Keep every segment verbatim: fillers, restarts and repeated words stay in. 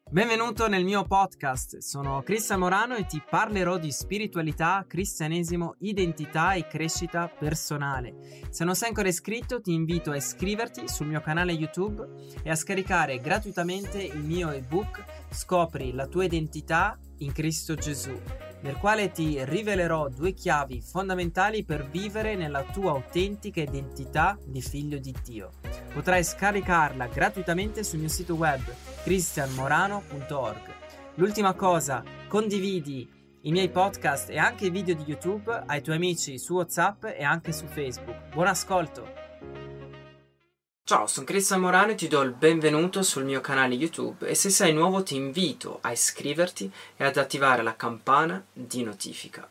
Benvenuto nel mio podcast, sono Cristian Morano e ti parlerò di spiritualità, cristianesimo, identità e crescita personale. Se non sei ancora iscritto ti invito a iscriverti sul mio canale YouTube e a scaricare gratuitamente il mio ebook Scopri la tua identità in Cristo Gesù, nel quale ti rivelerò due chiavi fondamentali per vivere nella tua autentica identità di figlio di Dio. Potrai scaricarla gratuitamente sul mio sito web cristian morano punto org. L'ultima cosa, condividi i miei podcast e anche i video di YouTube ai tuoi amici su WhatsApp e anche su Facebook. Buon ascolto! Ciao, sono Cristian Morano e ti do il benvenuto sul mio canale YouTube e se sei nuovo ti invito a iscriverti e ad attivare la campana di notifica.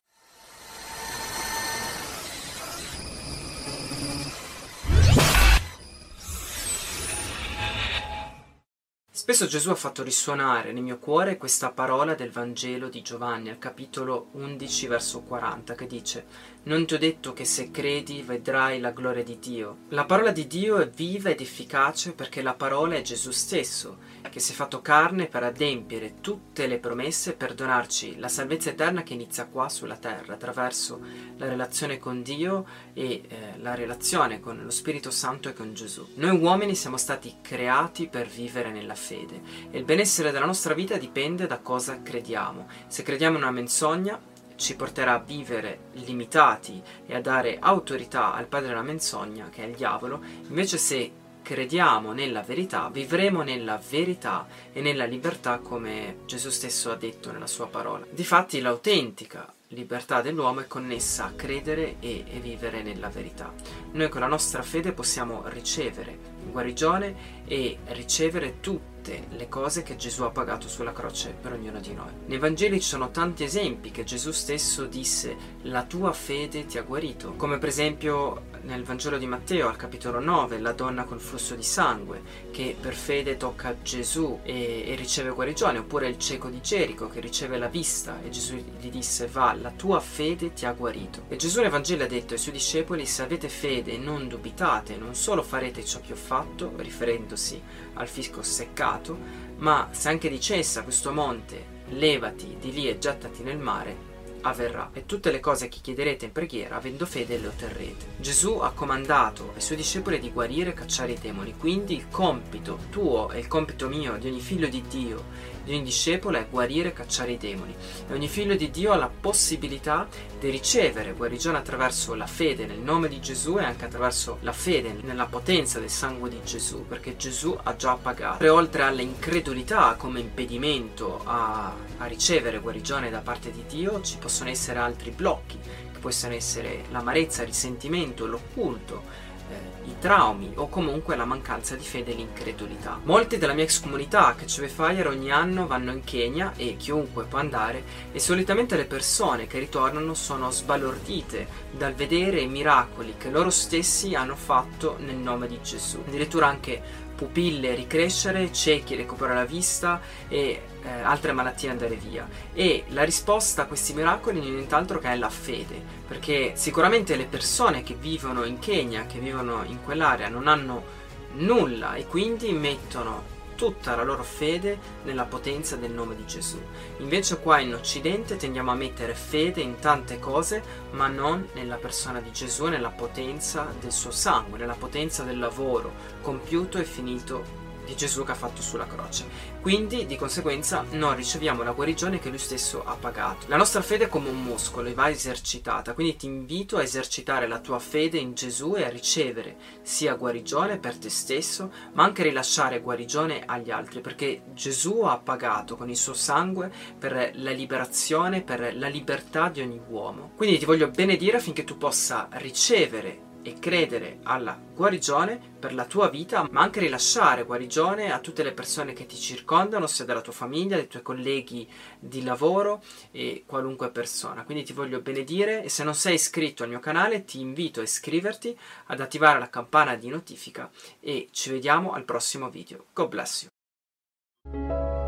Spesso Gesù ha fatto risuonare nel mio cuore questa parola del Vangelo di Giovanni al capitolo undici verso quaranta che dice: non ti ho detto che se credi vedrai la gloria di Dio. La parola di Dio è viva ed efficace perché la parola è Gesù stesso, che si è fatto carne per adempiere tutte le promesse, per donarci la salvezza eterna che inizia qua sulla terra attraverso la relazione con Dio e eh, la relazione con lo Spirito Santo e con Gesù. Noi uomini siamo stati creati per vivere nella fede e il benessere della nostra vita dipende da cosa crediamo. Se crediamo in una menzogna ci porterà a vivere limitati e a dare autorità al padre della menzogna, che è il diavolo. Invece se crediamo nella verità, vivremo nella verità e nella libertà, come Gesù stesso ha detto nella sua parola. Difatti l'autentica libertà dell'uomo è connessa a credere e, e vivere nella verità. Noi con la nostra fede possiamo ricevere guarigione e ricevere tutte le cose che Gesù ha pagato sulla croce per ognuno di noi. Nei Vangeli ci sono tanti esempi che Gesù stesso disse: la tua fede ti ha guarito, come per esempio nel Vangelo di Matteo al capitolo nove, la donna col flusso di sangue che per fede tocca Gesù e, e riceve guarigione, oppure il cieco di Gerico che riceve la vista e Gesù gli disse: va, la tua fede ti ha guarito. E Gesù nei Vangeli ha detto ai suoi discepoli: se avete fede e non dubitate, non solo farete ciò che ho fatto, riferendosi al fico seccato, ma se anche dicesse a questo monte: levati di lì e gettati nel mare, avverrà. E tutte le cose che chiederete in preghiera, avendo fede, le otterrete. Gesù ha comandato ai suoi discepoli di guarire e cacciare i demoni, quindi il compito tuo e il compito mio, di ogni figlio di Dio, di ogni discepolo, è guarire e cacciare i demoni. E ogni figlio di Dio ha la possibilità di ricevere guarigione attraverso la fede nel nome di Gesù e anche attraverso la fede nella potenza del sangue di Gesù, perché Gesù ha già pagato. E oltre all'incredulità come impedimento a, a ricevere guarigione da parte di Dio, ci possono essere altri blocchi, che possono essere l'amarezza, il risentimento, l'occulto, eh, i traumi o comunque la mancanza di fede e l'incredulità. Molti della mia ex comunità che Chove Fire ogni anno vanno in Kenya, e chiunque può andare, e solitamente le persone che ritornano sono sbalordite dal vedere i miracoli che loro stessi hanno fatto nel nome di Gesù. Addirittura anche pupille ricrescere, ciechi recuperare la vista e eh, altre malattie andare via. E la risposta a questi miracoli non è nient'altro che è la fede, perché sicuramente le persone che vivono in Kenya, che vivono in quell'area, non hanno nulla e quindi mettono tutta la loro fede nella potenza del nome di Gesù. Invece qua in Occidente tendiamo a mettere fede in tante cose, ma non nella persona di Gesù, nella potenza del suo sangue, nella potenza del lavoro compiuto e finito di Gesù che ha fatto sulla croce. Quindi di conseguenza non riceviamo la guarigione che lui stesso ha pagato. La nostra fede è come un muscolo e va esercitata, quindi ti invito a esercitare la tua fede in Gesù e a ricevere sia guarigione per te stesso, ma anche rilasciare guarigione agli altri, perché Gesù ha pagato con il suo sangue per la liberazione, per la libertà di ogni uomo. Quindi ti voglio benedire affinché tu possa ricevere e credere alla guarigione per la tua vita, ma anche rilasciare guarigione a tutte le persone che ti circondano, sia della tua famiglia, dei tuoi colleghi di lavoro e qualunque persona. Quindi ti voglio benedire, e se non sei iscritto al mio canale ti invito a iscriverti, ad attivare la campana di notifica, e ci vediamo al prossimo video. God bless you.